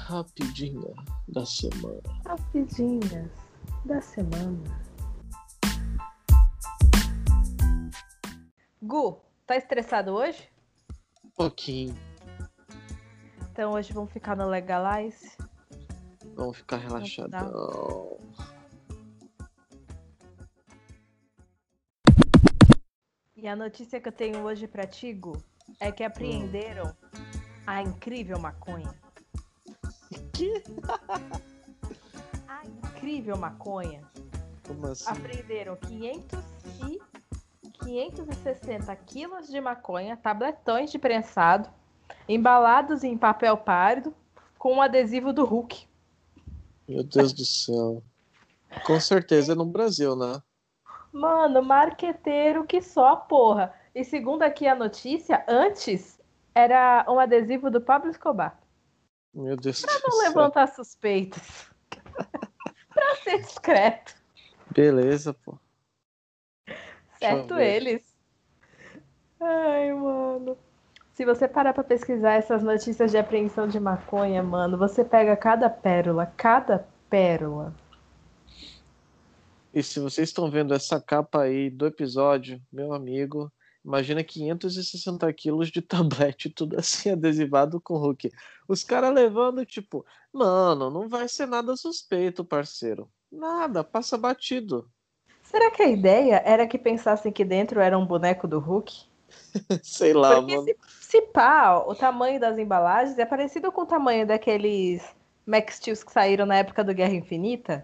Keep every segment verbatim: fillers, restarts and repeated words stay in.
rapidinha da semana. Rapidinhas da semana. Gu, tá estressado hoje? Um pouquinho. Então hoje vamos ficar no Legalize. Vamos ficar relaxadão. E a notícia que eu tenho hoje pra ti, Gu, é que apreenderam hum. a incrível maconha. Que? A incrível maconha. Como assim? Apreenderam quinhentos e quinhentos e sessenta quilos de maconha, tabletões de prensado, embalados em papel pálido, com um adesivo do Hulk. Meu Deus do céu. Com certeza é no Brasil, né? Mano, marqueteiro que só, porra. E segundo aqui a notícia, antes era um adesivo do Pablo Escobar. Meu Deus pra do não céu. levantar suspeitas. Pra ser discreto. Beleza, pô. Certo eles. Ai, mano. Se você parar pra pesquisar essas notícias de apreensão de maconha, mano, você pega cada pérola, cada pérola. E se vocês estão vendo essa capa aí do episódio, meu amigo, imagina quinhentos e sessenta quilos de tablete, tudo assim adesivado com Hulk. Os caras levando, tipo, mano, não vai ser nada suspeito, parceiro. Nada, passa batido. Será que a ideia era que pensassem que dentro era um boneco do Hulk? Sei lá, Porque mano. se, se pá, o tamanho das embalagens é parecido com o tamanho daqueles Max Steels que saíram na época do Guerra Infinita.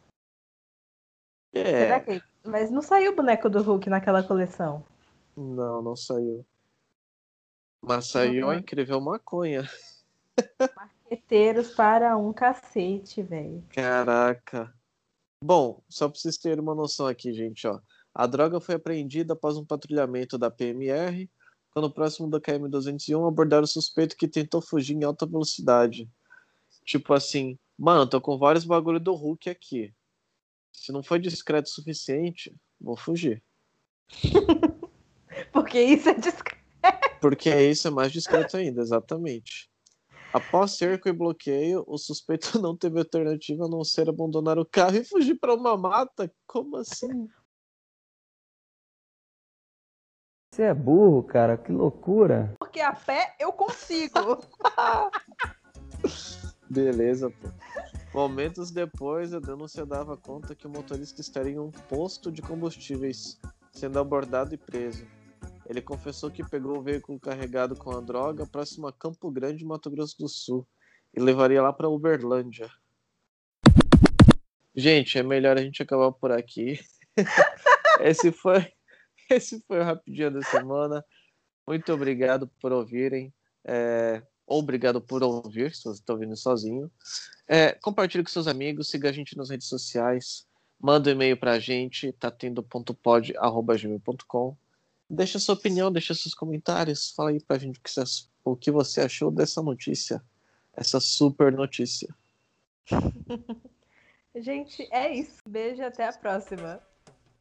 Será É. que... Mas não saiu o boneco do Hulk naquela coleção. Não, não saiu. Mas saiu a incrível maconha. Marqueteiros para um cacete, velho. Caraca. Bom, só pra vocês terem uma noção aqui, gente, ó. A droga foi apreendida após um patrulhamento da P M R, quando próximo da K M duzentos e um abordaram o suspeito que tentou fugir em alta velocidade. Tipo assim, mano, tô com vários bagulho do Hulk aqui. Se não foi discreto o suficiente, vou fugir. Porque isso é discreto. Porque isso é mais discreto ainda, exatamente. Após cerco e bloqueio, o suspeito não teve alternativa a não ser abandonar o carro e fugir para uma mata. Como assim? Você é burro, cara, que loucura. Porque a pé eu consigo. Beleza, pô. Momentos depois, a denúncia dava conta que o motorista estaria em um posto de combustíveis, sendo abordado e preso. Ele confessou que pegou o veículo carregado com a droga próximo a Campo Grande, Mato Grosso do Sul, e levaria lá para Uberlândia. Gente, é melhor a gente acabar por aqui. Esse foi, esse foi o Rapidinho da Semana. Muito obrigado por ouvirem. É, obrigado por ouvir, se você está ouvindo sozinho. É, compartilhe com seus amigos, siga a gente nas redes sociais, manda um e-mail pra gente, tatendo ponto pod arroba gmail ponto com. Deixa sua opinião, deixa seus comentários, fala aí pra gente o que você, o que você achou dessa notícia, essa super notícia. Gente, é isso. Beijo, até a próxima.